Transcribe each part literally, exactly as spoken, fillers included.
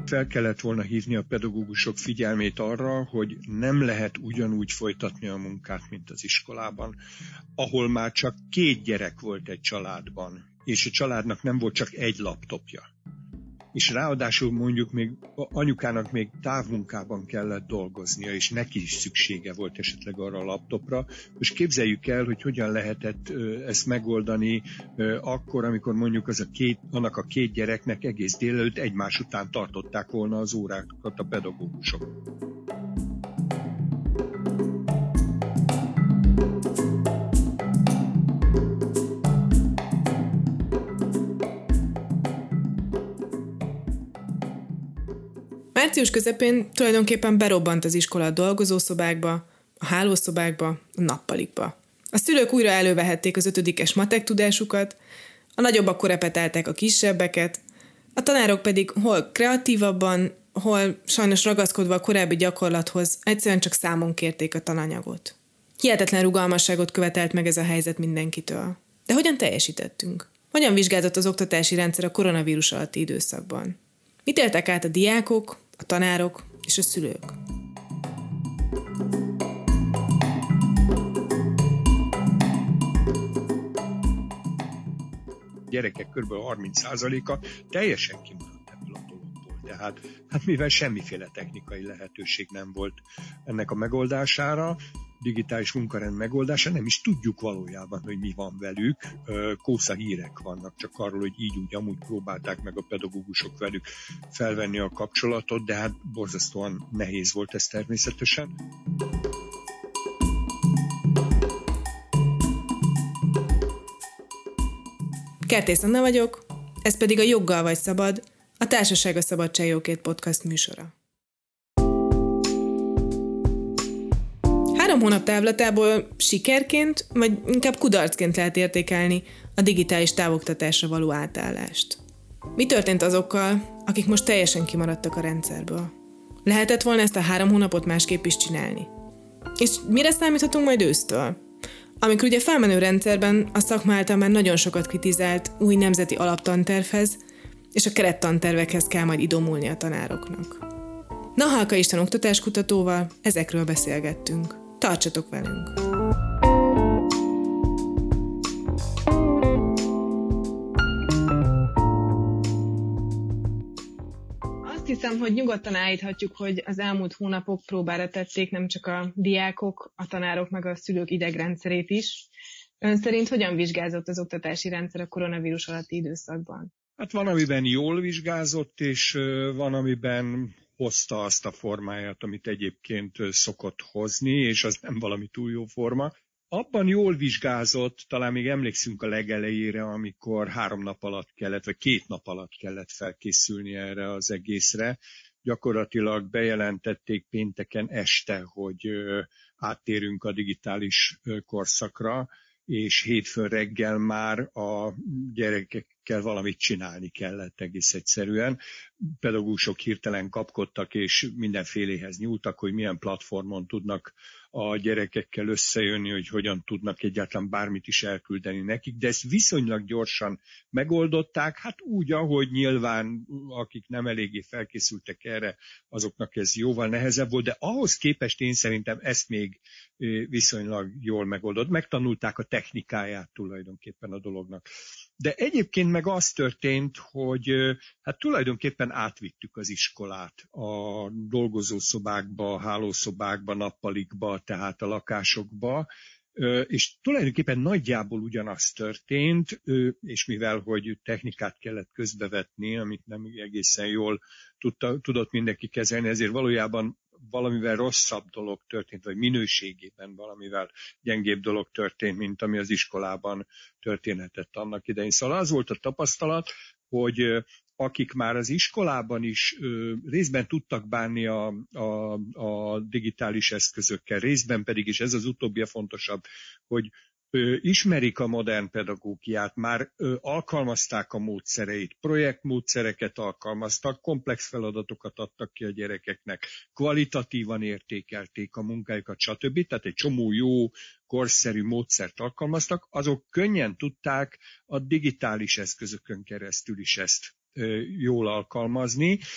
Fel kellett volna hívni a pedagógusok figyelmét arra, hogy nem lehet ugyanúgy folytatni a munkát, mint az iskolában, ahol már csak két gyerek volt egy családban, és a családnak nem volt csak egy laptopja. És ráadásul mondjuk még anyukának még távmunkában kellett dolgoznia, és neki is szüksége volt esetleg arra a laptopra. Most képzeljük el, hogy hogyan lehetett ezt megoldani akkor, amikor mondjuk az a két, annak a két gyereknek egész délelőtt egymás után tartották volna az órákat a pedagógusok. Március közepén tulajdonképpen berobbant az iskola a dolgozószobákba, a hálószobákba, a nappalikba. A szülők újra elővehették az ötödikes matek tudásukat, a nagyobbak korepetálták a kisebbeket, a tanárok pedig hol kreatívabban, hol sajnos ragaszkodva a korábbi gyakorlathoz egyszerűen csak számon kérték a tananyagot. Hihetetlen rugalmasságot követelt meg ez a helyzet mindenkitől. De hogyan teljesítettünk? Hogyan vizsgázott az oktatási rendszer a koronavírus alatti időszakban? Mit éltek át a diákok, a tanárok és a szülők? Gyerekek kb. harminc százaléka teljesen kimaradt ebből a dologból. Tehát hát mivel semmiféle technikai lehetőség nem volt ennek a megoldására, digitális munkarend megoldása, nem is tudjuk valójában, hogy mi van velük. Kósza hírek vannak csak arról, hogy így úgy amúgy próbálták meg a pedagógusok velük felvenni a kapcsolatot, de hát borzasztóan nehéz volt ez természetesen. Kertész Anna vagyok, ez pedig a Joggal vagy szabad, a Társaság a Szabadságjogért podcast műsora. Három hónap távlatából sikerként, vagy inkább kudarcként lehet értékelni a digitális távoktatásra való átállást. Mi történt azokkal, akik most teljesen kimaradtak a rendszerből? Lehetett volna ezt a három hónapot másképp is csinálni? És mire számíthatunk majd ősztől? Amikor ugye felmenő rendszerben a szakma által már nagyon sokat kritizált új nemzeti alaptantervhez és a kerettantervekhez kell majd idomulni a tanároknak. Nahalka István oktatáskutatóval ezekről beszélgettünk. Tartsatok velünk! Azt hiszem, hogy nyugodtan állíthatjuk, hogy az elmúlt hónapok próbára tették nem csak a diákok, a tanárok meg a szülők idegrendszerét is. Ön szerint hogyan vizsgázott az oktatási rendszer a koronavírus alatti időszakban? Hát van, amiben jól vizsgázott, és van, amiben hozta azt a formáját, amit egyébként szokott hozni, és az nem valami túl jó forma. Abban jól vizsgázott, talán még emlékszünk a legelejére, amikor három nap alatt kellett, vagy két nap alatt kellett felkészülni erre az egészre. Gyakorlatilag bejelentették pénteken este, hogy áttérünk a digitális korszakra, és hétfőn reggel már a gyerekekkel valamit csinálni kellett egész egyszerűen. Pedagógusok hirtelen kapkodtak, és mindenféléhez nyúltak, hogy milyen platformon tudnak a gyerekekkel összejönni, hogy hogyan tudnak egyáltalán bármit is elküldeni nekik, de ezt viszonylag gyorsan megoldották, hát úgy, ahogy nyilván akik nem eléggé felkészültek erre, azoknak ez jóval nehezebb volt, de ahhoz képest én szerintem ezt még viszonylag jól megoldott. Megtanulták a technikáját tulajdonképpen a dolognak. De egyébként meg az történt, hogy hát tulajdonképpen átvittük az iskolát a dolgozószobákba, a hálószobákba, nappalikba, tehát a lakásokba, és tulajdonképpen nagyjából ugyanaz történt, és mivel hogy technikát kellett közbevetni, amit nem egészen jól tudta, tudott mindenki kezelni, ezért valójában valamivel rosszabb dolog történt, vagy minőségében valamivel gyengébb dolog történt, mint ami az iskolában történhetett annak idején. Szóval az volt a tapasztalat, hogy akik már az iskolában is ö, részben tudtak bánni a, a, a digitális eszközökkel, részben pedig, és ez az utóbbi a fontosabb, hogy ö, ismerik a modern pedagógiát, már ö, alkalmazták a módszereit, projektmódszereket alkalmaztak, komplex feladatokat adtak ki a gyerekeknek, kvalitatívan értékelték a munkájukat, stb. Tehát egy csomó jó, korszerű módszert alkalmaztak, azok könnyen tudták a digitális eszközökön keresztül is ezt jól alkalmazni.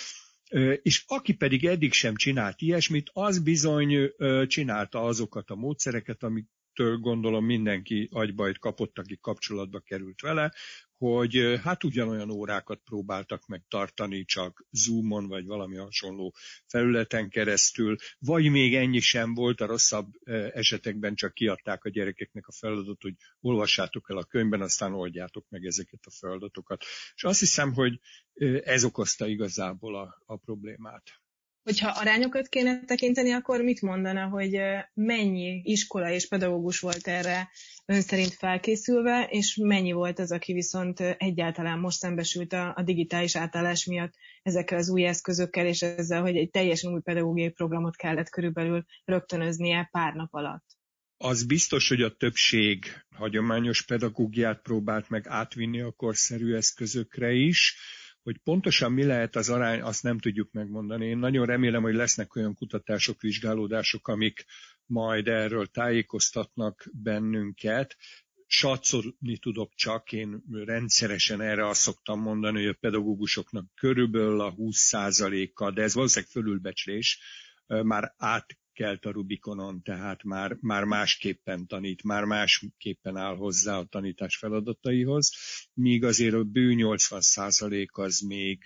És aki pedig eddig sem csinált ilyesmit, az bizony csinálta azokat a módszereket, amitől gondolom mindenki agybajt kapott, aki kapcsolatba került vele, hogy hát ugyanolyan órákat próbáltak meg tartani, csak Zoomon vagy valami hasonló felületen keresztül, vagy még ennyi sem volt, a rosszabb esetekben csak kiadták a gyerekeknek a feladatot, hogy olvassátok el a könyvben, aztán oldjátok meg ezeket a feladatokat. És azt hiszem, hogy ez okozta igazából a, a problémát. Hogyha arányokat kéne tekinteni, akkor mit mondana, hogy mennyi iskola és pedagógus volt erre ön szerint felkészülve, és mennyi volt az, aki viszont egyáltalán most szembesült a, a digitális átállás miatt ezekkel az új eszközökkel, és ezzel, hogy egy teljesen új pedagógiai programot kellett körülbelül rögtönöznie pár nap alatt? Az biztos, hogy a többség hagyományos pedagógiát próbált meg átvinni a korszerű eszközökre is. Hogy pontosan mi lehet az arány, azt nem tudjuk megmondani. Én nagyon remélem, hogy lesznek olyan kutatások, vizsgálódások, amik majd erről tájékoztatnak bennünket. Satszolni tudok csak, én rendszeresen erre azt szoktam mondani, hogy a pedagógusoknak körülbelül a húsz százaléka, de ez valószínűleg fölülbecslés, már át kelt a Rubikonon, tehát már, már másképpen tanít, már másképpen áll hozzá a tanítás feladataihoz, míg azért a bő nyolcvan százalék az még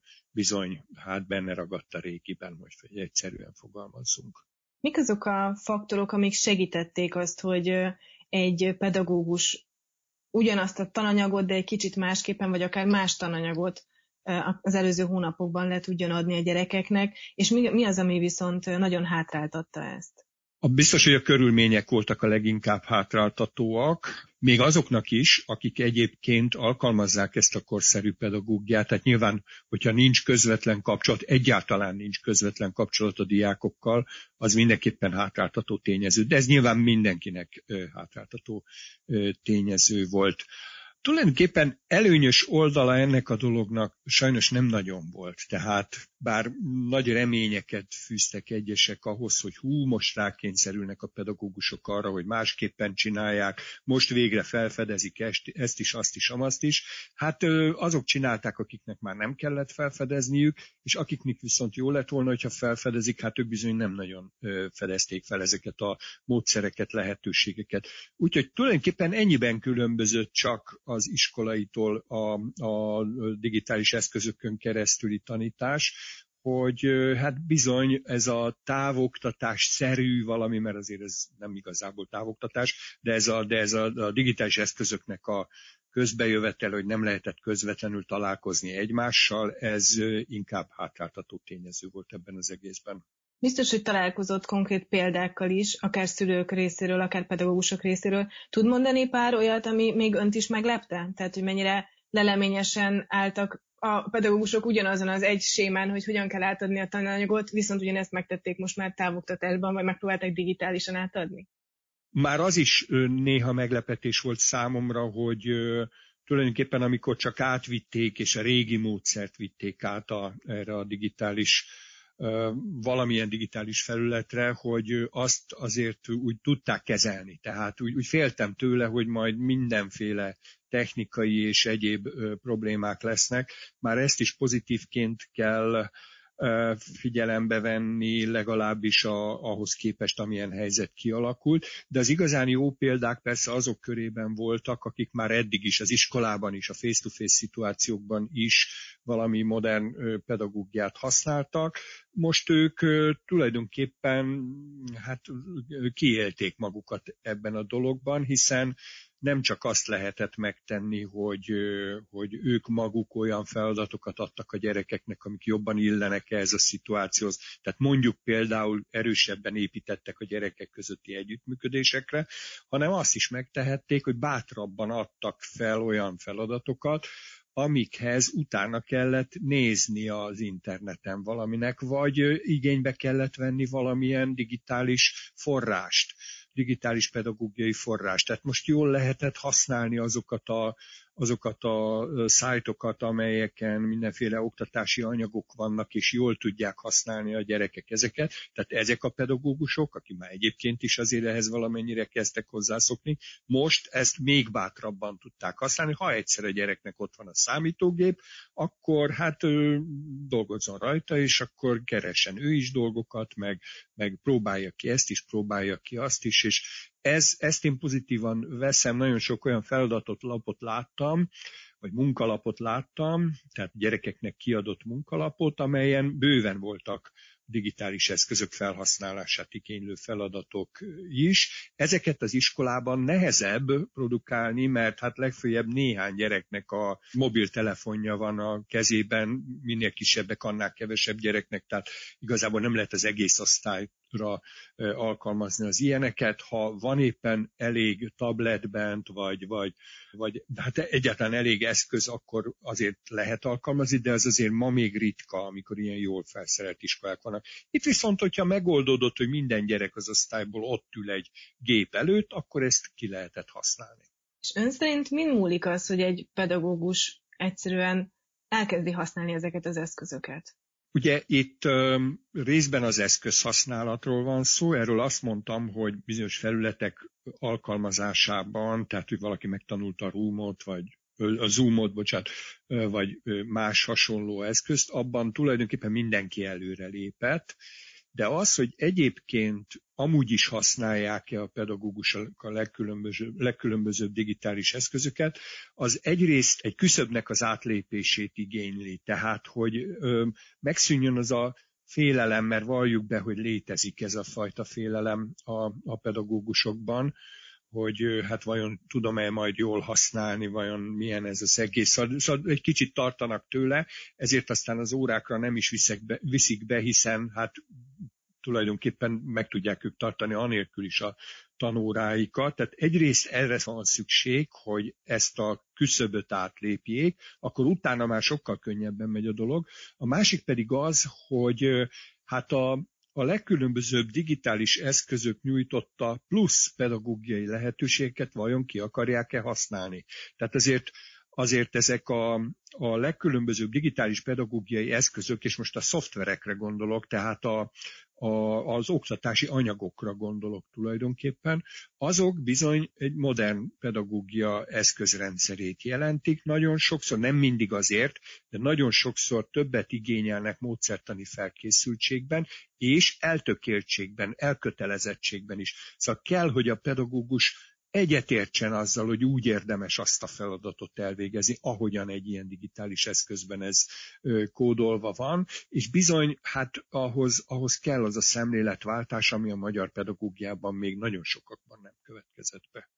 bizony hát benne ragadt a régiben, hogy egyszerűen fogalmazzunk. Mik azok a faktorok, amik segítették azt, hogy egy pedagógus ugyanazt a tananyagot, de egy kicsit másképpen, vagy akár más tananyagot az előző hónapokban le tudjon adni a gyerekeknek, és mi, mi az, ami viszont nagyon hátráltatta ezt? A biztos, hogy a körülmények voltak a leginkább hátráltatóak, még azoknak is, akik egyébként alkalmazzák ezt a korszerű pedagógiát. Tehát nyilván, hogyha nincs közvetlen kapcsolat, egyáltalán nincs közvetlen kapcsolat a diákokkal, az mindenképpen hátráltató tényező. De ez nyilván mindenkinek hátráltató tényező volt. Tulajdonképpen előnyös oldala ennek a dolognak sajnos nem nagyon volt. Tehát bár nagy reményeket fűztek egyesek ahhoz, hogy hú, most rákényszerülnek a pedagógusok arra, hogy másképpen csinálják, most végre felfedezik ezt is, azt is, amazt is. Hát azok csinálták, akiknek már nem kellett felfedezniük, és akiknek viszont jó lett volna, hogyha felfedezik, hát ők bizony nem nagyon fedezték fel ezeket a módszereket, lehetőségeket. Úgyhogy tulajdonképpen ennyiben különbözött csak az iskolaitól a, a digitális eszközökön keresztüli tanítás, hogy hát bizony ez a távoktatás-szerű valami, mert azért ez nem igazából távoktatás, de ez a, de ez a, a digitális eszközöknek a közbejövetel, hogy nem lehetett közvetlenül találkozni egymással, ez inkább hátráltató tényező volt ebben az egészben. Biztos, hogy találkozott konkrét példákkal is, akár szülők részéről, akár pedagógusok részéről. Tud mondani pár olyat, ami még önt is meglepte? Tehát, hogy mennyire leleményesen álltak a pedagógusok ugyanazon az egy sémán, hogy hogyan kell átadni a tananyagot, viszont ugyanezt megtették most már távoktatásban, vagy megpróbálták digitálisan átadni? Már az is néha meglepetés volt számomra, hogy tulajdonképpen amikor csak átvitték, és a régi módszert vitték át a, erre a digitális valamilyen digitális felületre, hogy azt azért úgy tudták kezelni. Tehát úgy, úgy féltem tőle, hogy majd mindenféle technikai és egyéb problémák lesznek. Már ezt is pozitívként kell figyelembe venni, legalábbis a, ahhoz képest, amilyen helyzet kialakult. De az igazán jó példák persze azok körében voltak, akik már eddig is az iskolában is, a face-to-face szituációkban is valami modern pedagógiát használtak. Most ők tulajdonképpen hát kiélték magukat ebben a dologban, hiszen nem csak azt lehetett megtenni, hogy, hogy ők maguk olyan feladatokat adtak a gyerekeknek, amik jobban illenek ehhez a szituációhoz. Tehát mondjuk például erősebben építettek a gyerekek közötti együttműködésekre, hanem azt is megtehették, hogy bátrabban adtak fel olyan feladatokat, amikhez utána kellett nézni az interneten valaminek, vagy igénybe kellett venni valamilyen digitális forrást, digitális pedagógiai forrást. Tehát most jól lehetett használni azokat a, azokat a szájtokat, amelyeken mindenféle oktatási anyagok vannak, és jól tudják használni a gyerekek ezeket. Tehát ezek a pedagógusok, akik már egyébként is azért ehhez valamennyire kezdtek hozzászokni, most ezt még bátrabban tudták használni. Ha egyszer a gyereknek ott van a számítógép, akkor hát ő dolgozzon rajta, és akkor keressen ő is dolgokat, meg, meg próbálja ki ezt is, próbálja ki azt is, és ez, ezt én pozitívan veszem, nagyon sok olyan feladatot, lapot láttam, vagy munkalapot láttam, tehát gyerekeknek kiadott munkalapot, amelyen bőven voltak digitális eszközök felhasználását igénylő feladatok is. Ezeket az iskolában nehezebb produkálni, mert hát legfőjebb néhány gyereknek a mobiltelefonja van a kezében, minél kisebbek, annál kevesebb gyereknek, tehát igazából nem lehet az egész osztályra alkalmazni az ilyeneket. Ha van éppen elég tablet bent, vagy, vagy, vagy hát egyáltalán elég eszköz, akkor azért lehet alkalmazni, de ez azért ma még ritka, amikor ilyen jól felszerelt iskolák vannak. Itt viszont, hogyha megoldódott, hogy minden gyerek az osztályból ott ül egy gép előtt, akkor ezt ki lehetett használni. És ön szerint min múlik az, hogy egy pedagógus egyszerűen elkezdi használni ezeket az eszközöket? Ugye itt um, részben az eszközhasználatról van szó, erről azt mondtam, hogy bizonyos felületek alkalmazásában, tehát hogy valaki megtanulta a Roomot, vagy a Zoomot, bocsánat, vagy más hasonló eszközt, abban tulajdonképpen mindenki előre lépett, de az, hogy egyébként amúgy is használják-e a pedagógusok a legkülönbözőbb, legkülönbözőbb digitális eszközöket, az egyrészt egy küszöbnek az átlépését igényli, tehát hogy ö, megszűnjön az a félelem, mert valljuk be, hogy létezik ez a fajta félelem a, a pedagógusokban, hogy hát vajon tudom-e majd jól használni, vajon milyen ez az egész. Szóval egy kicsit tartanak tőle, ezért aztán az órákra nem is viszik be, viszik be hiszen hát tulajdonképpen meg tudják ők tartani anélkül is a tanóráikat. Tehát egyrészt erre van szükség, hogy ezt a küszöböt átlépjék, akkor utána már sokkal könnyebben megy a dolog. A másik pedig az, hogy hát a A legkülönbözőbb digitális eszközök nyújtotta plusz pedagógiai lehetőségeket vajon ki akarják-e használni. Tehát azért, azért ezek a, a legkülönbözőbb digitális pedagógiai eszközök, és most a szoftverekre gondolok, tehát a, a, az oktatási anyagokra gondolok tulajdonképpen, azok bizony egy modern pedagógia eszközrendszerét jelentik. Nagyon sokszor, nem mindig azért, de nagyon sokszor többet igényelnek módszertani felkészültségben, és eltökéltségben, elkötelezettségben is. Szóval kell, hogy a pedagógus egyetértsen azzal, hogy úgy érdemes azt a feladatot elvégezni, ahogyan egy ilyen digitális eszközben ez ö, kódolva van, és bizony, hát ahhoz, ahhoz kell az a szemléletváltás, ami a magyar pedagógiában még nagyon sokakban nem következett be.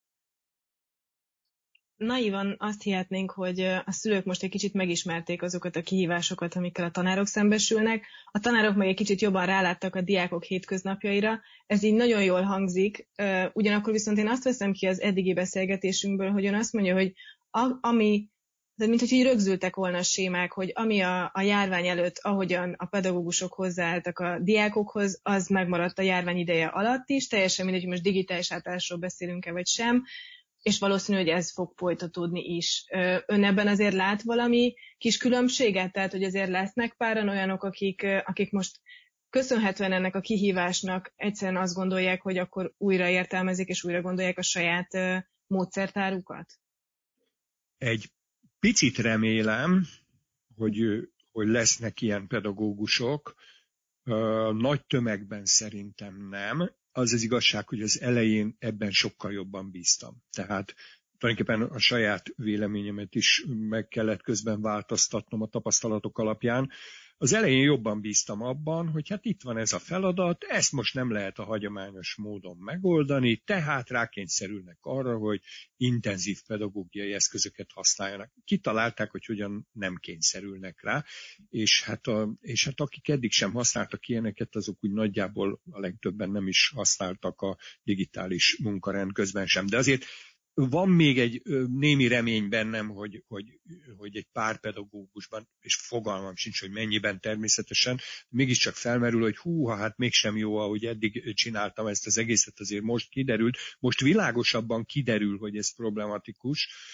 Naivan azt hihetnénk, hogy a szülők most egy kicsit megismerték azokat a kihívásokat, amikkel a tanárok szembesülnek. A tanárok meg egy kicsit jobban ráláttak a diákok hétköznapjaira. Ez így nagyon jól hangzik. Ugyanakkor viszont én azt veszem ki az eddigi beszélgetésünkből, hogy ön azt mondja, hogy a, ami, mint hogy így rögzültek volna a sémák, hogy ami a, a járvány előtt, ahogyan a pedagógusok hozzáálltak a diákokhoz, az megmaradt a járvány ideje alatt is. Teljesen mindegy, hogy most digitális átállásról beszélünk-e vagy sem. És valószínű, hogy ez fog folytatódni is. Ön ebben azért lát valami kis különbséget? Tehát, hogy azért lesznek páran olyanok, akik, akik most köszönhetően ennek a kihívásnak egyszerűen azt gondolják, hogy akkor újra értelmezik és újra gondolják a saját módszertárukat? Egy picit remélem, hogy, hogy lesznek ilyen pedagógusok. Nagy tömegben szerintem nem. Az az igazság, hogy az elején ebben sokkal jobban bíztam. Tehát tulajdonképpen a saját véleményemet is meg kellett közben változtatnom a tapasztalatok alapján. Az elején jobban bíztam abban, hogy hát itt van ez a feladat, ezt most nem lehet a hagyományos módon megoldani, tehát rákényszerülnek arra, hogy intenzív pedagógiai eszközöket használjanak. Kitalálták, hogy hogyan nem kényszerülnek rá, és hát, a, és hát akik eddig sem használtak ilyeneket, azok úgy nagyjából a legtöbben nem is használtak a digitális munkarend közben sem. De azért van még egy némi remény bennem, hogy, hogy, hogy egy pár pedagógusban, és fogalmam sincs, hogy mennyiben természetesen, mégiscsak felmerül, hogy húha, hát mégsem jó, ahogy eddig csináltam ezt az egészet, azért most kiderült, most világosabban kiderül, hogy ez problematikus.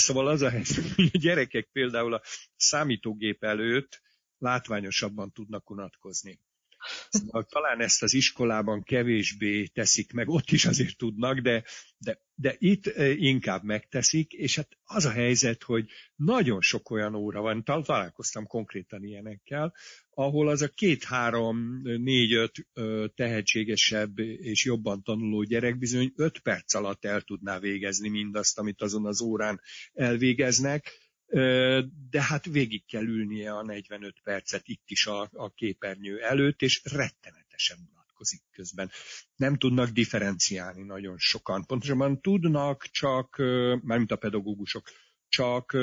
Szóval az a helyzet, hogy a gyerekek például a számítógép előtt látványosabban tudnak unatkozni. Szóval talán ezt az iskolában kevésbé teszik meg, ott is azért tudnak, de, de, de itt inkább megteszik, és hát az a helyzet, hogy nagyon sok olyan óra van, találkoztam konkrétan ilyenekkel, ahol az a két-három, négy-öt tehetségesebb és jobban tanuló gyerek bizony öt perc alatt el tudná végezni mindazt, amit azon az órán elvégeznek, de hát végig kell ülnie a negyvenöt percet itt is a, a képernyő előtt, és rettenetesen unatkozik közben. Nem tudnak differenciálni nagyon sokan. Pontosabban tudnak, csak, mármint a pedagógusok, csak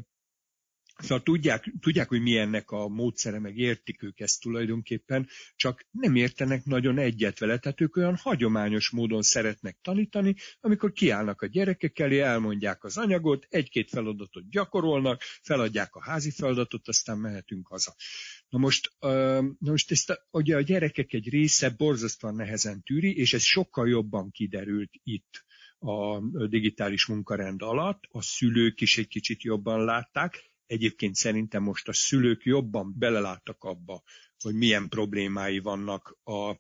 szóval tudják, tudják, hogy mi ennek a módszere, meg értik ők ezt tulajdonképpen, csak nem értenek nagyon egyet vele, tehát ők olyan hagyományos módon szeretnek tanítani, amikor kiállnak a gyerekek elé, elmondják az anyagot, egy-két feladatot gyakorolnak, feladják a házi feladatot, aztán mehetünk haza. Na most, na most ezt a, ugye a gyerekek egy része borzasztóan nehezen tűri, és ez sokkal jobban kiderült itt a digitális munkarend alatt, a szülők is egy kicsit jobban látták. Egyébként szerintem most a szülők jobban beleláttak abba, hogy milyen problémái vannak a,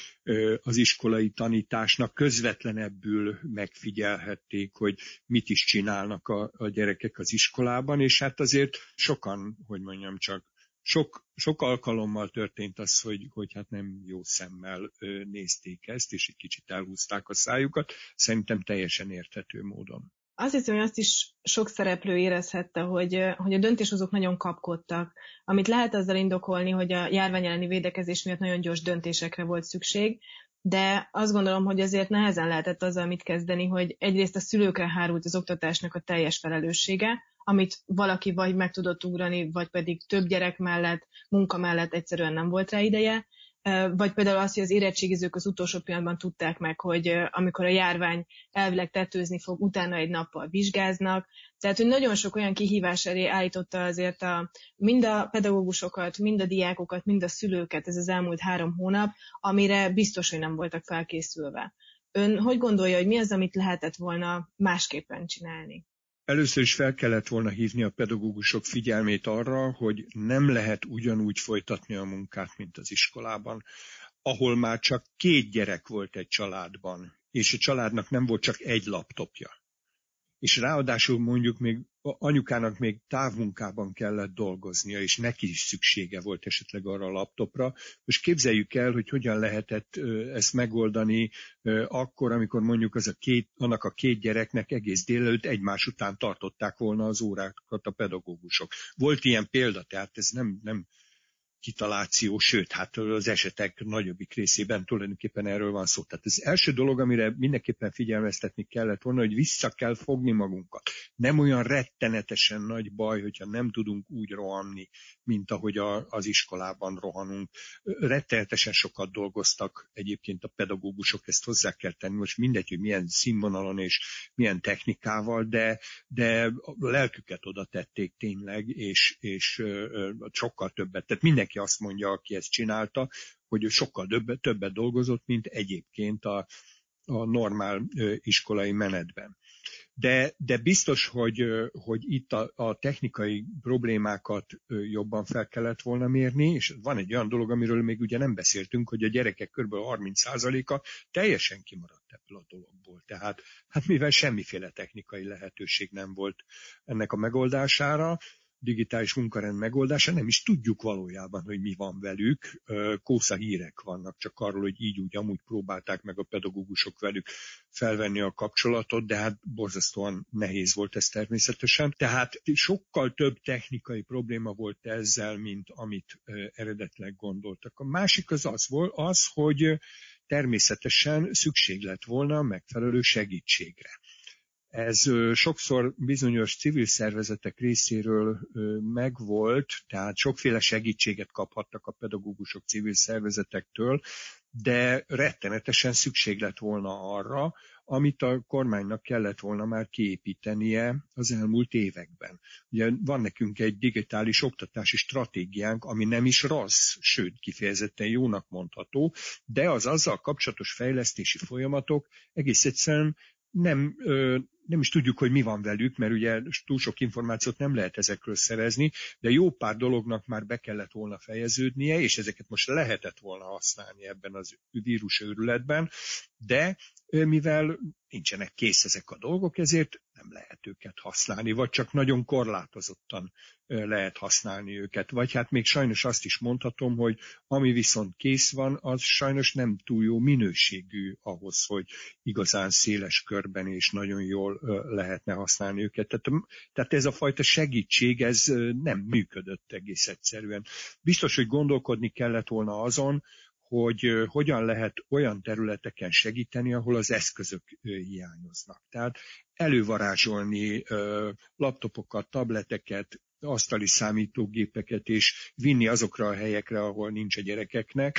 az iskolai tanításnak, közvetlenebbül megfigyelhették, hogy mit is csinálnak a, a gyerekek az iskolában, és hát azért sokan, hogy mondjam csak, sok, sok alkalommal történt az, hogy, hogy hát nem jó szemmel nézték ezt, és egy kicsit elhúzták a szájukat, szerintem teljesen érthető módon. Azt hiszem, hogy azt is sok szereplő érezhette, hogy, hogy a döntéshozók nagyon kapkodtak, amit lehet azzal indokolni, hogy a járvány elleni védekezés miatt nagyon gyors döntésekre volt szükség, de azt gondolom, hogy azért nehezen lehetett azzal mit kezdeni, hogy egyrészt a szülőkre hárult az oktatásnak a teljes felelőssége, amit valaki vagy meg tudott ugrani, vagy pedig több gyerek mellett, munka mellett egyszerűen nem volt rá ideje, vagy például az, hogy az érettségizők az utolsó pillanatban tudták meg, hogy amikor a járvány elvileg tetőzni fog, utána egy nappal vizsgáznak. Tehát, hogy nagyon sok olyan kihívás elé állította azért a, mind a pedagógusokat, mind a diákokat, mind a szülőket ez az elmúlt három hónap, amire biztos, hogy nem voltak felkészülve. Ön hogy gondolja, hogy mi az, amit lehetett volna másképpen csinálni? Először is fel kellett volna hívni a pedagógusok figyelmét arra, hogy nem lehet ugyanúgy folytatni a munkát, mint az iskolában, ahol már csak két gyerek volt egy családban, és a családnak nem volt csak egy laptopja. És ráadásul mondjuk még anyukának még távmunkában kellett dolgoznia, és neki is szüksége volt esetleg arra a laptopra. Most képzeljük el, hogy hogyan lehetett ezt megoldani akkor, amikor mondjuk az a két, annak a két gyereknek egész délelőtt egymás után tartották volna az órákat a pedagógusok. Volt ilyen példa, tehát ez nem, nem kitaláció, sőt, hát az esetek nagyobbik részében tulajdonképpen erről van szó. Tehát az első dolog, amire mindenképpen figyelmeztetni kellett volna, hogy vissza kell fogni magunkat. Nem olyan rettenetesen nagy baj, hogyha nem tudunk úgy rohanni, mint ahogy a, az iskolában rohanunk. Rettenetesen sokat dolgoztak egyébként a pedagógusok, ezt hozzá kell tenni, most mindegy, hogy milyen színvonalon és milyen technikával, de, de a lelküket oda tették tényleg, és, és sokkal többet. Tehát mindenki azt mondja, aki ezt csinálta, hogy sokkal többet, többet dolgozott, mint egyébként a, a normál iskolai menetben. De, de biztos, hogy, hogy itt a, a technikai problémákat jobban fel kellett volna mérni, és van egy olyan dolog, amiről még ugye nem beszéltünk, hogy a gyerekek kb. harminc százaléka teljesen kimaradt ebből a dologból. Tehát hát mivel semmiféle technikai lehetőség nem volt ennek a megoldására, digitális munkarend megoldása, nem is tudjuk valójában, hogy mi van velük. Kósza hírek vannak csak arról, hogy így úgy amúgy próbálták meg a pedagógusok velük felvenni a kapcsolatot, de hát borzasztóan nehéz volt ez természetesen. Tehát sokkal több technikai probléma volt ezzel, mint amit eredetileg gondoltak. A másik az az volt, az, hogy természetesen szükség lett volna megfelelő segítségre. Ez sokszor bizonyos civil szervezetek részéről megvolt, tehát sokféle segítséget kaphattak a pedagógusok civil szervezetektől, de rettenetesen szükség lett volna arra, amit a kormánynak kellett volna már kiépítenie az elmúlt években. Ugye van nekünk egy digitális oktatási stratégiánk, ami nem is rossz, sőt kifejezetten jónak mondható, de az azzal kapcsolatos fejlesztési folyamatok egész egyszerűen nem, nem is tudjuk, hogy mi van velük, mert ugye túl sok információt nem lehet ezekről szerezni, de jó pár dolognak már be kellett volna fejeződnie, és ezeket most lehetett volna használni ebben az vírusőrületben, de mivel nincsenek kész ezek a dolgok, ezért nem lehet őket használni, vagy csak nagyon korlátozottan lehet használni őket. Vagy hát még sajnos azt is mondhatom, hogy ami viszont kész van, az sajnos nem túl jó minőségű ahhoz, hogy igazán széles körben és nagyon jól lehetne használni őket. Tehát, tehát ez a fajta segítség, ez nem működött egész egyszerűen. Biztos, hogy gondolkodni kellett volna azon, hogy hogyan lehet olyan területeken segíteni, ahol az eszközök hiányoznak. Tehát elővarázsolni laptopokat, tableteket, asztali számítógépeket, és vinni azokra a helyekre, ahol nincs a gyerekeknek.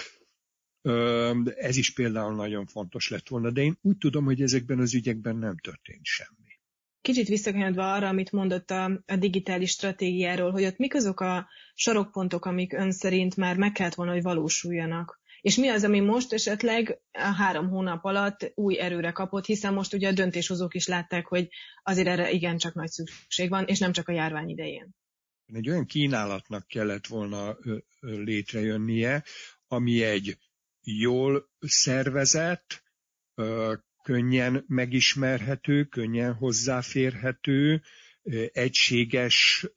Ez is például nagyon fontos lett volna, de én úgy tudom, hogy ezekben az ügyekben nem történt semmi. Kicsit visszakanyarodva arra, amit mondott a, a digitális stratégiáról, hogy ott mik azok a sarokpontok, amik ön szerint már meg kellett volna, hogy valósuljanak. És mi az, ami most esetleg a három hónap alatt új erőre kapott, hiszen most ugye a döntéshozók is látták, hogy azért erre igencsak nagy szükség van, és nem csak a járvány idején. Egy olyan kínálatnak kellett volna létrejönnie, ami egy jól szervezett, könnyen megismerhető, könnyen hozzáférhető, egységes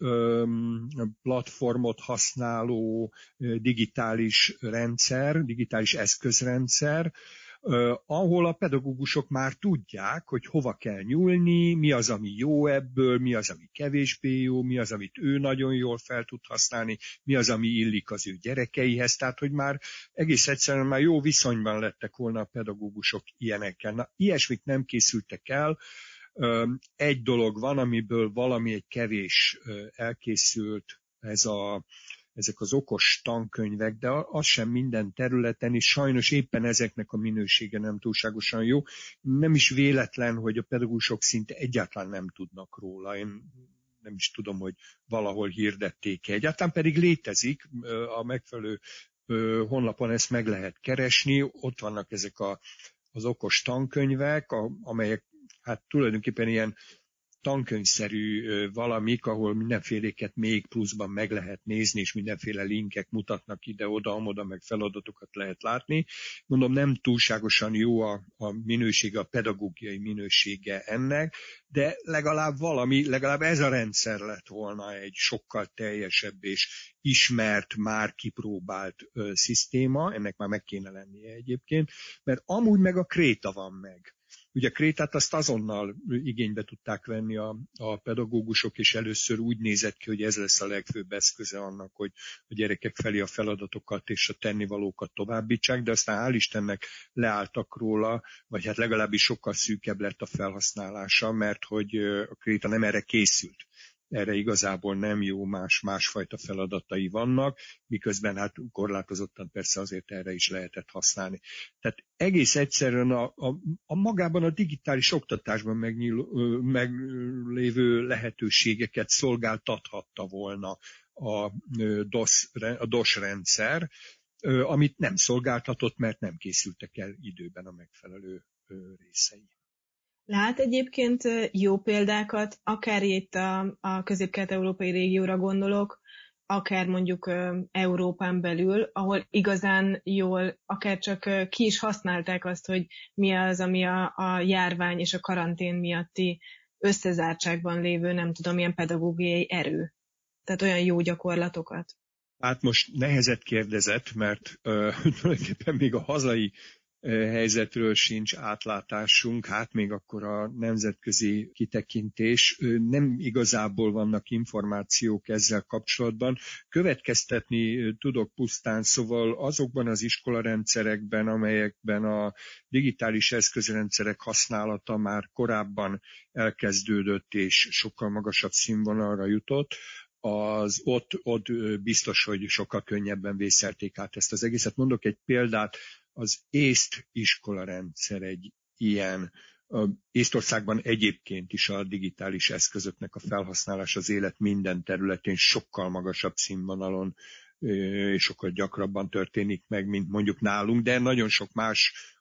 platformot használó digitális rendszer, digitális eszközrendszer, ahol a pedagógusok már tudják, hogy hova kell nyúlni, mi az, ami jó ebből, mi az, ami kevésbé jó, mi az, amit ő nagyon jól fel tud használni, mi az, ami illik az ő gyerekeihez, tehát hogy már egész egyszerűen már jó viszonyban lettek volna a pedagógusok ilyenekkel. Na, ilyesmit nem készültek el. Egy dolog van, amiből valami egy kevés elkészült, ez a, ezek az okos tankönyvek, de az sem minden területen, és sajnos éppen ezeknek a minősége nem túlságosan jó. Nem is véletlen, hogy a pedagógusok szinte egyáltalán nem tudnak róla. Én nem is tudom, hogy valahol hirdették-e. Egyáltalán pedig létezik, a megfelelő honlapon ezt meg lehet keresni, ott vannak ezek a, az okos tankönyvek, amelyek hát tulajdonképpen ilyen tankönyvszerű valamik, ahol mindenféléket még pluszban meg lehet nézni, és mindenféle linkek mutatnak ide-oda, amoda, meg feladatokat lehet látni. Mondom, nem túlságosan jó a, a minősége, a pedagógiai minősége ennek, de legalább valami, legalább ez a rendszer lett volna egy sokkal teljesebb és ismert, már kipróbált ö, szisztéma, ennek már meg kéne lennie egyébként, mert amúgy meg a kréta van meg. Ugye Krétát azt azonnal igénybe tudták venni a, a pedagógusok, és először úgy nézett ki, hogy ez lesz a legfőbb eszköze annak, hogy a gyerekek felé a feladatokat és a tennivalókat továbbítsák, de aztán hál' Istennek leálltak róla, vagy hát legalábbis sokkal szűkebb lett a felhasználása, mert hogy a Kréta nem erre készült. Erre igazából nem jó, más, másfajta feladatai vannak, miközben hát korlátozottan persze azért erre is lehetett használni. Tehát egész egyszerűen a, a, a magában a digitális oktatásban megnyíl, meglévő lehetőségeket szolgáltathatta volna a DOS, a DOS rendszer, amit nem szolgáltatott, mert nem készültek el időben a megfelelő részei. Lát egyébként jó példákat, akár itt a, a közép-kelet-európai régióra gondolok, akár mondjuk Európán belül, ahol igazán jól, akár csak ki is használták azt, hogy mi az, ami a, a járvány és a karantén miatti összezártságban lévő, nem tudom, milyen pedagógiai erő. Tehát olyan jó gyakorlatokat. Hát most nehezet kérdezett, mert uh, tulajdonképpen még a hazai helyzetről sincs átlátásunk, hát még akkor a nemzetközi kitekintés. Nem igazából vannak információk ezzel kapcsolatban. Következtetni tudok pusztán, szóval azokban az iskolarendszerekben, amelyekben a digitális eszközrendszerek használata már korábban elkezdődött és sokkal magasabb színvonalra jutott, az ott, ott biztos, hogy sokkal könnyebben vészelték át ezt az egészet. Mondok egy példát, az észt iskolarendszer egy ilyen. Észtországban egyébként is a digitális eszközöknek a felhasználás az élet minden területén sokkal magasabb színvonalon és sokkal gyakrabban történik meg, mint mondjuk nálunk, de nagyon sok más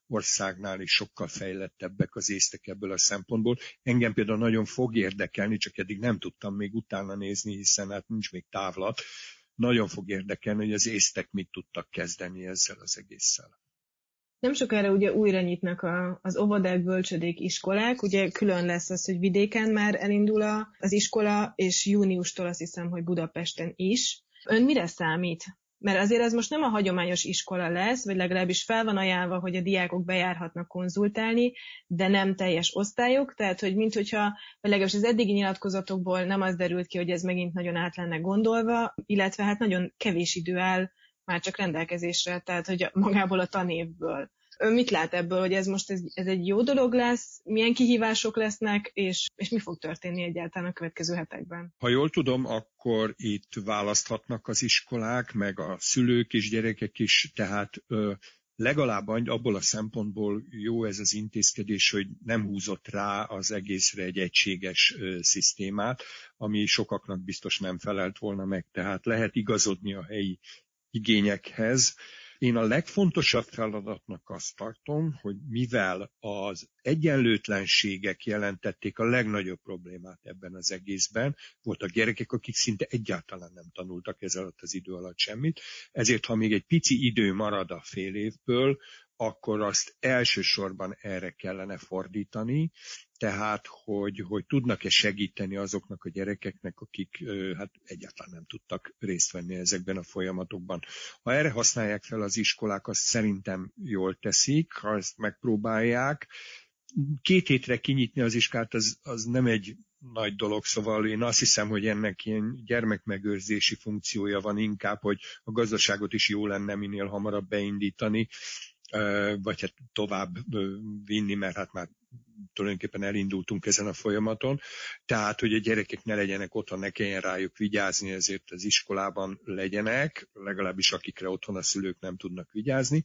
országnál is sokkal fejlettebbek az észtek ebből a szempontból. Engem például nagyon fog érdekelni, csak eddig nem tudtam még utána nézni, hiszen hát nincs még távlat. Nagyon fog érdekelni, hogy az észtek mit tudtak kezdeni ezzel az egésszel. Nem sokára ugye újra nyitnak a, az óvodák, bölcsödék, iskolák, ugye külön lesz az, hogy vidéken már elindul a, az iskola, és júniustól azt hiszem, hogy Budapesten is. Ön mire számít? Mert azért ez most nem a hagyományos iskola lesz, vagy legalábbis fel van ajánlva, hogy a diákok bejárhatnak konzultálni, de nem teljes osztályok, tehát hogy minthogyha, vagy legalábbis az eddigi nyilatkozatokból nem az derült ki, hogy ez megint nagyon át lenne gondolva, illetve hát nagyon kevés idő áll már csak rendelkezésre, tehát hogy magából a tanévből. Ön mit lát ebből, hogy ez most ez, ez egy jó dolog lesz, milyen kihívások lesznek, és, és mi fog történni egyáltalán a következő hetekben? Ha jól tudom, akkor itt választhatnak az iskolák, meg a szülők és gyerekek is, tehát ö, legalább abból a szempontból jó ez az intézkedés, hogy nem húzott rá az egészre egy egységes ö, szisztémát, ami sokaknak biztos nem felelt volna meg, tehát lehet igazodni a helyi igényekhez. Én a legfontosabb feladatnak azt tartom, hogy mivel az egyenlőtlenségek jelentették a legnagyobb problémát ebben az egészben, voltak gyerekek, akik szinte egyáltalán nem tanultak ez alatt az idő alatt semmit, ezért ha még egy pici idő marad a fél évből, akkor azt elsősorban erre kellene fordítani, tehát hogy, hogy tudnak-e segíteni azoknak a gyerekeknek, akik hát egyáltalán nem tudtak részt venni ezekben a folyamatokban. Ha erre használják fel az iskolák, azt szerintem jól teszik, ha ezt megpróbálják. Két hétre kinyitni az iskolát, az, az nem egy nagy dolog, szóval én azt hiszem, hogy ennek ilyen gyermekmegőrzési funkciója van inkább, hogy a gazdaságot is jó lenne minél hamarabb beindítani, vagy hát tovább vinni, mert hát már tulajdonképpen elindultunk ezen a folyamaton. Tehát, hogy a gyerekek ne legyenek otthon, ne kelljen rájuk vigyázni, ezért az iskolában legyenek, legalábbis akikre otthon a szülők nem tudnak vigyázni.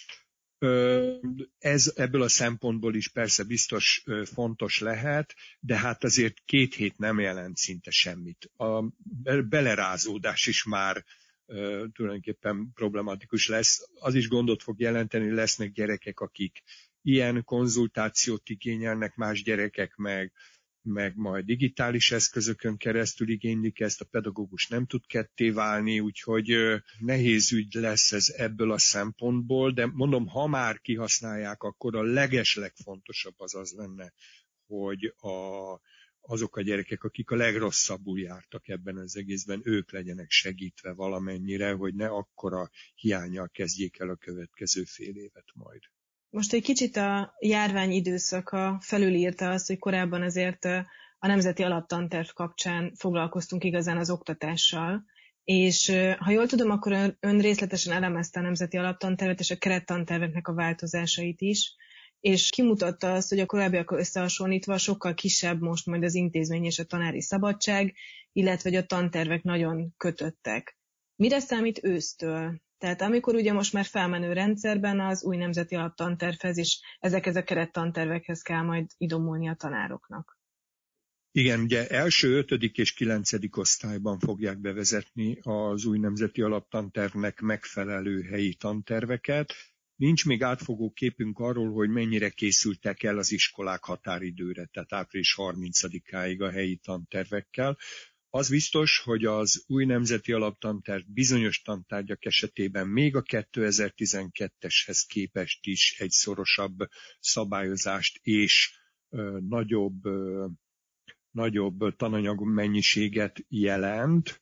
Ez ebből a szempontból is persze biztos fontos lehet, de hát azért két hét nem jelent szinte semmit. A belerázódás is már tulajdonképpen problematikus lesz. Az is gondot fog jelenteni, hogy lesznek gyerekek, akik ilyen konzultációt igényelnek, más gyerekek meg, meg majd digitális eszközökön keresztül igénylik ezt, a pedagógus nem tud ketté válni, úgyhogy nehéz ügy lesz ez ebből a szempontból, de mondom, ha már kihasználják, akkor a legeslegfontosabb az az lenne, hogy a azok a gyerekek, akik a legrosszabbul jártak ebben az egészben, ők legyenek segítve valamennyire, hogy ne akkora hiánnyal kezdjék el a következő fél évet majd. Most egy kicsit a járvány időszaka felülírta azt, hogy korábban azért a Nemzeti Alaptanterv kapcsán foglalkoztunk igazán az oktatással, és ha jól tudom, akkor ön részletesen elemezte a Nemzeti Alaptantervet és a kerettanterveknek a változásait is, és kimutatta azt, hogy a korábbiakkal összehasonlítva sokkal kisebb most majd az intézmény és a tanári szabadság, illetve hogy a tantervek nagyon kötöttek. Mire számít ősztől? Tehát amikor ugye most már felmenő rendszerben az új Nemzeti Alaptantervhez és ezekhez a kerettantervekhez kell majd idomulni a tanároknak. Igen, ugye első, ötödik és kilencedik osztályban fogják bevezetni az új Nemzeti Alaptantervnek megfelelő helyi tanterveket. Nincs még átfogó képünk arról, hogy mennyire készültek el az iskolák határidőre, tehát április harmincadikáig a helyi tantervekkel. Az biztos, hogy az új Nemzeti Alaptanterv bizonyos tantárgyak esetében még a kétezer-tizenketteshez képest is egy szorosabb szabályozást és ö, nagyobb, ö, nagyobb tananyag mennyiséget jelent,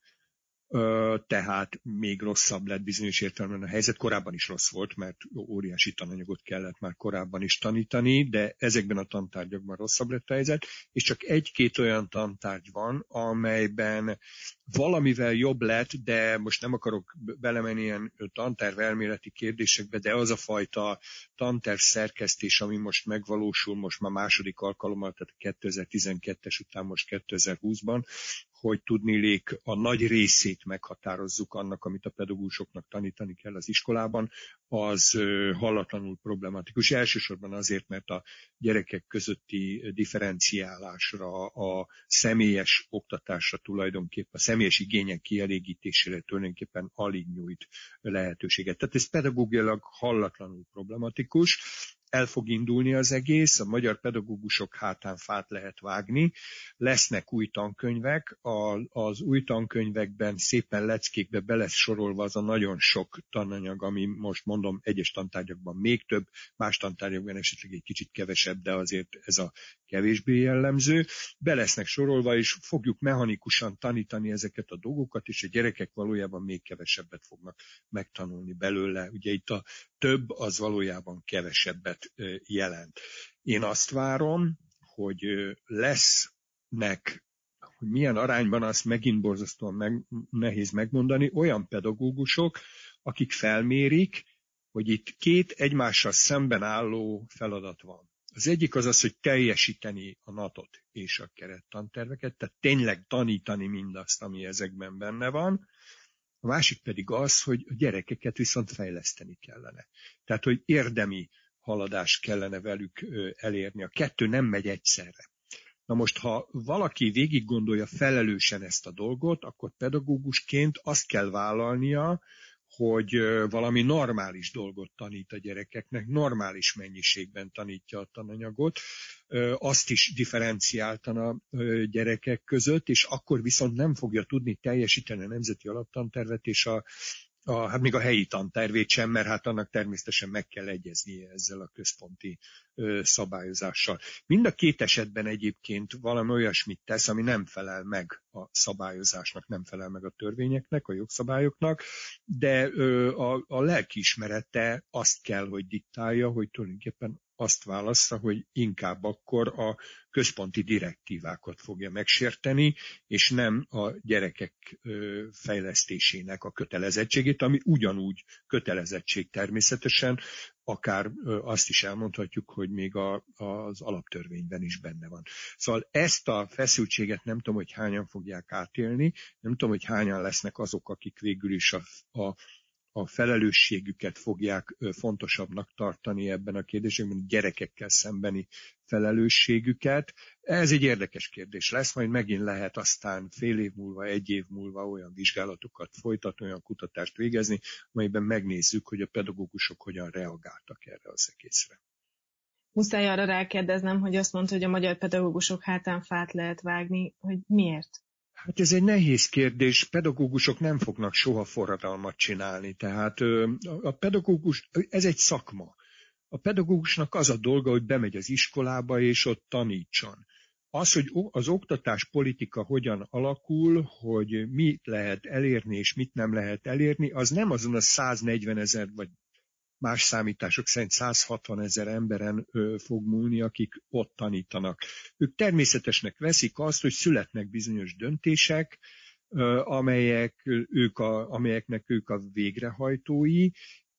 tehát még rosszabb lett bizonyos értelemben a helyzet. Korábban is rossz volt, mert óriási tananyagot kellett már korábban is tanítani, de ezekben a tantárgyakban rosszabb lett a helyzet, és csak egy-két olyan tantárgy van, amelyben valamivel jobb lett, de most nem akarok belemenni ilyen tanterv elméleti kérdésekbe, de az a fajta tanterv szerkesztés, ami most megvalósul, most már második alkalommal, tehát kétezer-tizenkettes után most kétezer-húszban, hogy tudniillik a nagy részét meghatározzuk annak, amit a pedagógusoknak tanítani kell az iskolában, az hallatlanul problematikus. Elsősorban azért, mert a gyerekek közötti differenciálásra, a személyes oktatásra tulajdonképpen, a személyes igények kielégítésére tulajdonképpen alig nyújt lehetőséget. Tehát ez pedagógiailag hallatlanul problematikus, el fog indulni az egész, a magyar pedagógusok hátán fát lehet vágni, lesznek új tankönyvek, a, az új tankönyvekben szépen leckékbe be lesz sorolva az a nagyon sok tananyag, ami most mondom egyes tantárgyakban még több, más tantárgyakban esetleg egy kicsit kevesebb, de azért ez a kevésbé jellemző. Be lesznek sorolva, és fogjuk mechanikusan tanítani ezeket a dolgokat, és a gyerekek valójában még kevesebbet fognak megtanulni belőle. Ugye itt a több az valójában kevesebbet jelent. Én azt várom, hogy lesznek, hogy milyen arányban, azt megint borzasztóan meg, nehéz megmondani, olyan pedagógusok, akik felmérik, hogy itt két egymással szemben álló feladat van. Az egyik az az, hogy teljesíteni a natot és a kerettanterveket, tehát tényleg tanítani mindazt, ami ezekben benne van. A másik pedig az, hogy a gyerekeket viszont fejleszteni kellene. Tehát, hogy érdemi haladást kellene velük elérni. A kettő nem megy egyszerre. Na most, ha valaki végig gondolja felelősen ezt a dolgot, akkor pedagógusként azt kell vállalnia, hogy valami normális dolgot tanít a gyerekeknek, normális mennyiségben tanítja a tananyagot, azt is differenciáltan a gyerekek között, és akkor viszont nem fogja tudni teljesíteni a nemzeti alaptantervet és a A, hát még a helyi tantervét sem, mert hát annak természetesen meg kell egyeznie ezzel a központi ö, szabályozással. Mind a két esetben egyébként valami olyasmit tesz, ami nem felel meg a szabályozásnak, nem felel meg a törvényeknek, a jogszabályoknak, de ö, a, a lelkiismerete azt kell, hogy diktálja, hogy tulajdonképpen azt válassza, hogy inkább akkor a központi direktívákat fogja megsérteni, és nem a gyerekek fejlesztésének a kötelezettségét, ami ugyanúgy kötelezettség természetesen, akár azt is elmondhatjuk, hogy még a, az alaptörvényben is benne van. Szóval ezt a feszültséget nem tudom, hogy hányan fogják átélni, nem tudom, hogy hányan lesznek azok, akik végül is a, a a felelősségüket fogják fontosabbnak tartani ebben a kérdésben, a gyerekekkel szembeni felelősségüket. Ez egy érdekes kérdés lesz, majd megint lehet aztán fél év múlva, egy év múlva olyan vizsgálatokat folytatni, olyan kutatást végezni, amelyben megnézzük, hogy a pedagógusok hogyan reagáltak erre az egészre. Muszáj arra rákérdeznem, hogy azt mondta, hogy a magyar pedagógusok hátán fát lehet vágni, hogy miért? Hát ez egy nehéz kérdés, pedagógusok nem fognak soha forradalmat csinálni, tehát a pedagógus, ez egy szakma. A pedagógusnak az a dolga, hogy bemegy az iskolába és ott tanítson. Az, hogy az oktatás politika hogyan alakul, hogy mit lehet elérni és mit nem lehet elérni, az nem azon a száznegyvenezer vagy más számítások szerint száz hatvan ezer emberen ö, fog múlni, akik ott tanítanak. Ők természetesnek veszik azt, hogy születnek bizonyos döntések, ö, amelyek, ők a, amelyeknek ők a végrehajtói,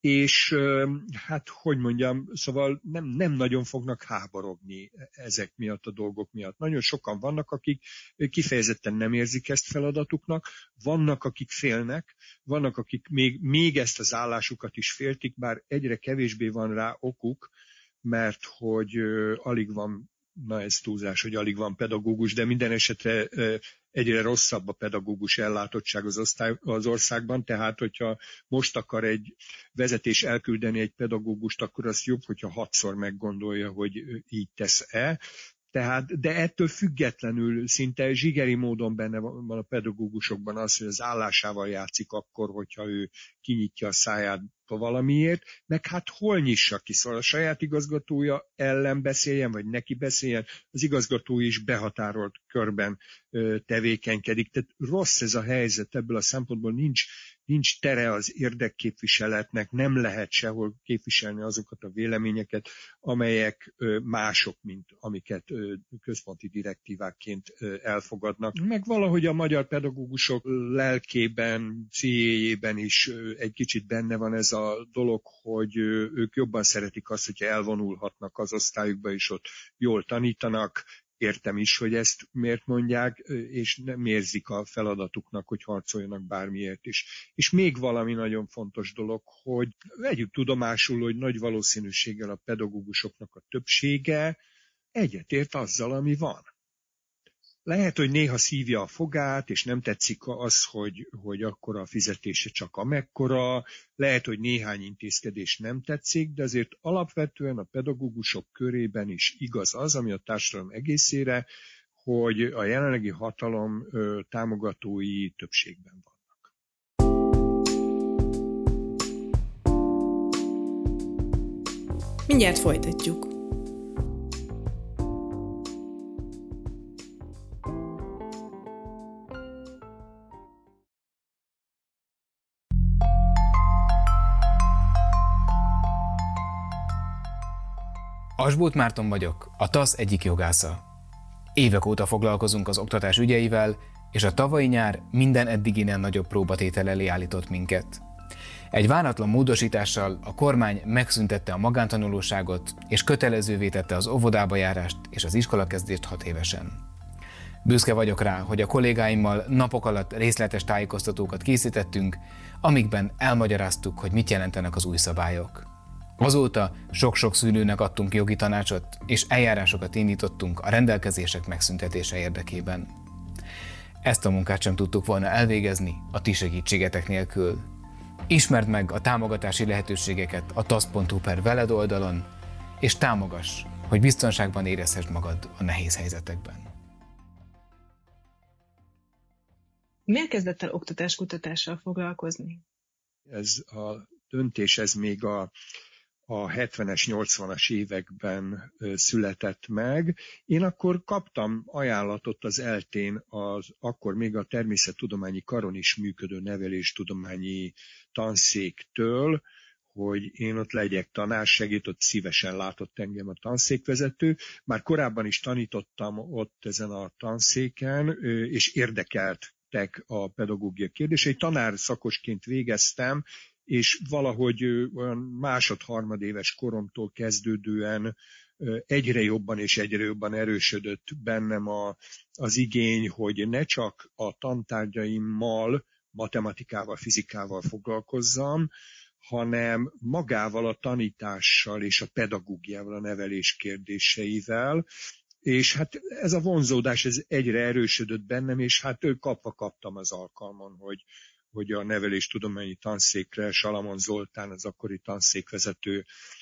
és ö, hát, hogy mondjam, szóval nem, nem nagyon fognak háborogni ezek miatt a dolgok miatt. Nagyon sokan vannak, akik kifejezetten nem érzik ezt feladatuknak, vannak, akik félnek, vannak, akik még, még ezt az állásukat is féltik, bár egyre kevésbé van rá okuk, mert hogy ö, alig van, na ez túlzás, hogy alig van pedagógus, de minden esetre ö, egyre rosszabb a pedagógus ellátottság az, osztály, az országban, tehát hogyha most akar egy vezetés elküldeni egy pedagógust, akkor az jobb, hogyha hatszor meggondolja, hogy így tesz-e. Tehát, de ettől függetlenül szinte zsigeri módon benne van a pedagógusokban az, hogy az állásával játszik akkor, hogyha ő kinyitja a száját valamiért, meg hát hol nyissa ki, szóval a saját igazgatója ellen beszéljen, vagy neki beszéljen, az igazgató is behatárolt körben ö, tevékenykedik. Tehát rossz ez a helyzet, ebből a szempontból nincs, nincs tere az érdekképviseletnek, nem lehet sehol képviselni azokat a véleményeket, amelyek ö, mások, mint amiket ö, központi direktívákként ö, elfogadnak. Meg valahogy a magyar pedagógusok lelkében, pszichéjében is ö, egy kicsit benne van ez a dolog, hogy ők jobban szeretik azt, hogyha elvonulhatnak az osztályukba, és ott jól tanítanak. Értem is, hogy ezt miért mondják, és nem érzik a feladatuknak, hogy harcoljanak bármiért is. És még valami nagyon fontos dolog, hogy vegyük tudomásul, hogy nagy valószínűséggel a pedagógusoknak a többsége egyetért azzal, ami van. Lehet, hogy néha szívja a fogát, és nem tetszik az, hogy, hogy akkora a fizetése csak amekkora, lehet, hogy néhány intézkedés nem tetszik, de azért alapvetően a pedagógusok körében is igaz az, ami a társadalom egészére, hogy a jelenlegi hatalom ö, támogatói többségben vannak. Mindjárt folytatjuk. Asbóth Márton vagyok, a TASZ egyik jogásza. Évek óta foglalkozunk az oktatás ügyeivel, és a tavalyi nyár minden eddiginél nagyobb próbatétel elé állított minket. Egy váratlan módosítással a kormány megszüntette a magántanulóságot, és kötelezővé tette az óvodába járást és az iskolakezdést hat évesen. Büszke vagyok rá, hogy a kollégáimmal napok alatt részletes tájékoztatókat készítettünk, amikben elmagyaráztuk, hogy mit jelentenek az új szabályok. Azóta sok-sok szülőnek adtunk jogi tanácsot, és eljárásokat indítottunk a rendelkezések megszüntetése érdekében. Ezt a munkát sem tudtuk volna elvégezni a ti segítségetek nélkül. Ismerd meg a támogatási lehetőségeket a tasz pont hu per veled oldalon, és támogass, hogy biztonságban érezhessd magad a nehéz helyzetekben. Miért kezdett el oktatáskutatással foglalkozni? Ez a döntés, ez még a a hetvenes, nyolcvanas években született meg. Én akkor kaptam ajánlatot az eltén, az akkor még a természettudományi karon is működő neveléstudományi tanszéktől, hogy én ott legyek tanársegéd, ott szívesen látott engem a tanszékvezető. Már korábban is tanítottam ott ezen a tanszéken, és érdekeltek a pedagógia kérdései. Tanárszakosként végeztem, és valahogy olyan másod-harmadéves koromtól kezdődően egyre jobban és egyre jobban erősödött bennem a, az igény, hogy ne csak a tantárgyaimmal, matematikával, fizikával foglalkozzam, hanem magával a tanítással és a pedagógiával, a nevelés kérdéseivel. És hát ez a vonzódás ez egyre erősödött bennem, és hát kapva kaptam az alkalmon, hogy hogy a neveléstudományi tanszékre Salamon Zoltán, az akkori tanszékvezető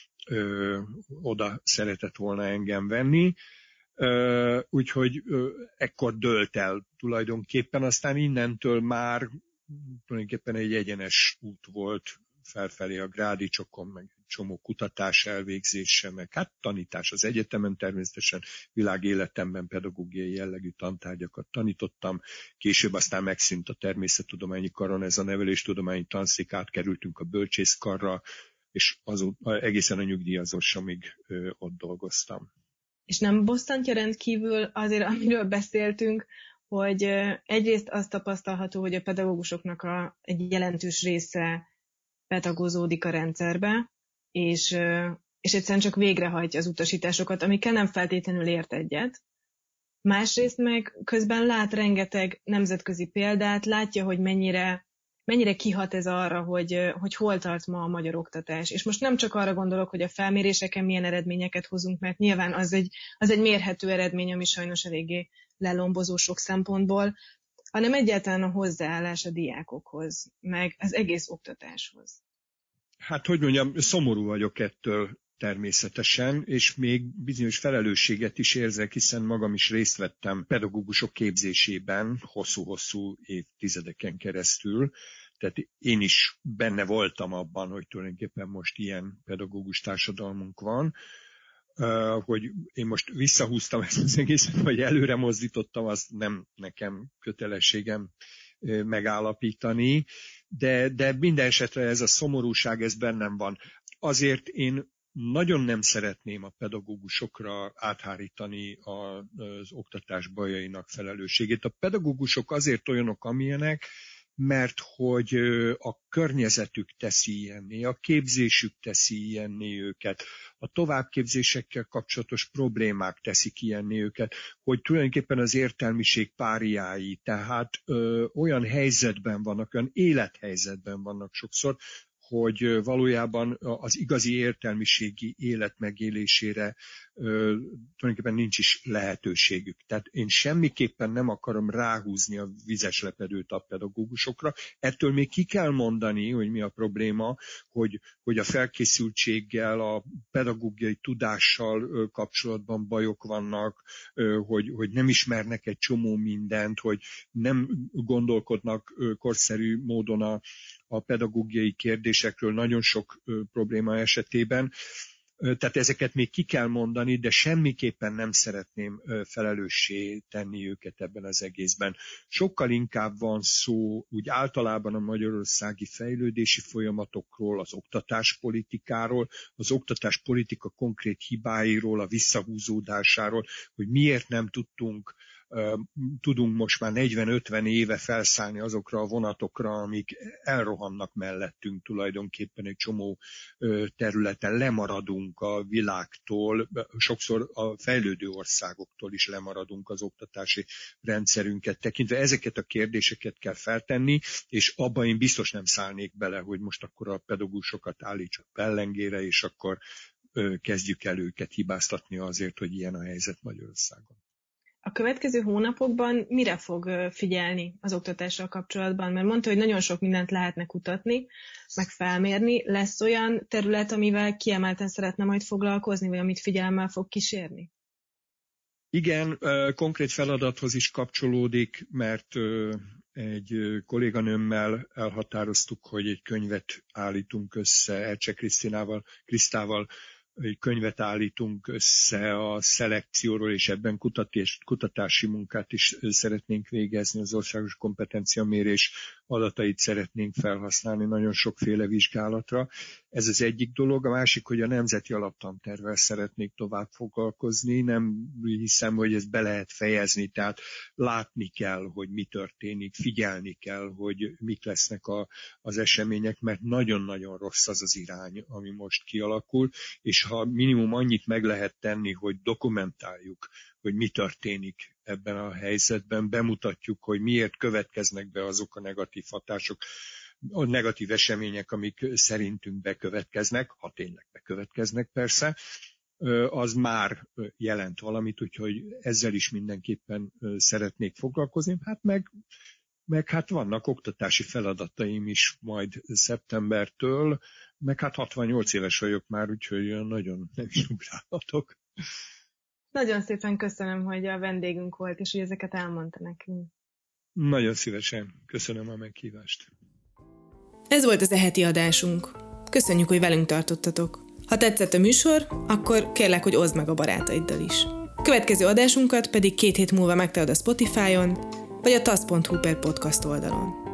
ö, oda szeretett volna engem venni. Ö, úgyhogy ö, ekkor dőlt el tulajdonképpen, aztán innentől már tulajdonképpen egy egyenes út volt felfelé a grádicsokon, meg egy csomó kutatás elvégzése, meg hát tanítás az egyetemen természetesen, világéletemben pedagógiai jellegű tantárgyakat tanítottam, később aztán megszűnt a természettudományi karon, ez a neveléstudományi tanszék, átkerültünk a bölcsészkarra, és azóta egészen a nyugdíjazásomig ott dolgoztam. És nem bosszantja rendkívül azért, amiről beszéltünk, hogy egyrészt azt tapasztalható, hogy a pedagógusoknak a, egy jelentős része betagozódik a rendszerbe, és, és egyszerűen csak végrehajtja az utasításokat, amikkel nem feltétlenül ért egyet. Másrészt meg közben lát rengeteg nemzetközi példát, látja, hogy mennyire, mennyire kihat ez arra, hogy, hogy hol tart ma a magyar oktatás. És most nem csak arra gondolok, hogy a felméréseken milyen eredményeket hozunk, mert nyilván az egy, az egy mérhető eredmény, ami sajnos eléggé lelombozó sok szempontból, hanem egyáltalán a hozzáállás a diákokhoz, meg az egész oktatáshoz. Hát, hogy mondjam, szomorú vagyok ettől természetesen, és még bizonyos felelősséget is érzek, hiszen magam is részt vettem pedagógusok képzésében hosszú-hosszú évtizedeken keresztül. Tehát én is benne voltam abban, hogy tulajdonképpen most ilyen pedagógus társadalmunk van, hogy én most visszahúztam ezt az egészet, vagy előre mozdítottam, azt nem nekem kötelességem megállapítani, de, de minden esetre ez a szomorúság, ez bennem van. Azért én nagyon nem szeretném a pedagógusokra áthárítani az oktatás bajainak felelősségét. A pedagógusok azért olyanok, amilyenek, mert hogy a környezetük teszi ilyenné, a képzésük teszi ilyenné őket, a továbbképzésekkel kapcsolatos problémák teszik ilyenné őket, hogy tulajdonképpen az értelmiség páriái, tehát ö, olyan helyzetben vannak, olyan élethelyzetben vannak sokszor, hogy valójában az igazi értelmiségi élet megélésére ö, tulajdonképpen nincs is lehetőségük. Tehát én semmiképpen nem akarom ráhúzni a vizes lepedőt a pedagógusokra. Ettől még ki kell mondani, hogy mi a probléma, hogy, hogy a felkészültséggel, a pedagógiai tudással kapcsolatban bajok vannak, hogy, hogy nem ismernek egy csomó mindent, hogy nem gondolkodnak korszerű módon a, a pedagógiai kérdésekről nagyon sok probléma esetében. Tehát ezeket még ki kell mondani, de semmiképpen nem szeretném felelőssé tenni őket ebben az egészben. Sokkal inkább van szó úgy általában a magyarországi fejlődési folyamatokról, az oktatáspolitikáról, az oktatáspolitika konkrét hibáiról, a visszahúzódásáról, hogy miért nem tudtunk tudunk most már negyven-ötven éve felszállni azokra a vonatokra, amik elrohannak mellettünk tulajdonképpen egy csomó területen, lemaradunk a világtól, sokszor a fejlődő országoktól is lemaradunk az oktatási rendszerünket tekintve. Ezeket a kérdéseket kell feltenni, és abban én biztos nem szállnék bele, hogy most akkor a pedagógusokat állítsuk pellengére, és akkor kezdjük el őket hibáztatni azért, hogy ilyen a helyzet Magyarországon. A következő hónapokban mire fog figyelni az oktatással kapcsolatban? Mert mondta, hogy nagyon sok mindent lehetne kutatni, meg felmérni. Lesz olyan terület, amivel kiemelten szeretne majd foglalkozni, vagy amit figyelemmel fog kísérni? Igen, konkrét feladathoz is kapcsolódik, mert egy kolléganőmmel elhatároztuk, hogy egy könyvet állítunk össze Ercse Krisztinával, Krisztával, egy könyvet állítunk össze a szelekcióról, és ebben kutatás, kutatási munkát is szeretnénk végezni, az országos kompetenciamérés adatait szeretnénk felhasználni nagyon sokféle vizsgálatra. Ez az egyik dolog. A másik, hogy a nemzeti alaptantervvel szeretnék tovább foglalkozni. Nem hiszem, hogy ezt be lehet fejezni, tehát látni kell, hogy mi történik, figyelni kell, hogy mik lesznek a, az események, mert nagyon-nagyon rossz az az irány, ami most kialakul, és ha minimum annyit meg lehet tenni, hogy dokumentáljuk, hogy mi történik ebben a helyzetben, bemutatjuk, hogy miért következnek be azok a negatív hatások, a negatív események, amik szerintünk bekövetkeznek, ha tényleg bekövetkeznek persze, az már jelent valamit, úgyhogy ezzel is mindenképpen szeretnék foglalkozni. Hát meg, meg hát vannak oktatási feladataim is majd szeptembertől, meg hát hatvannyolc éves vagyok már, úgyhogy nagyon nem is ugrálhatok. Nagyon szépen köszönöm, hogy a vendégünk volt, és hogy ezeket elmondta nekünk. Nagyon szívesen. Köszönöm a meghívást. Ez volt az e heti adásunk. Köszönjük, hogy velünk tartottatok. Ha tetszett a műsor, akkor kérlek, hogy oszd meg a barátaiddal is. Következő adásunkat pedig két hét múlva megtalálod a Spotify-on, vagy a tasz pont hu per podcast oldalon.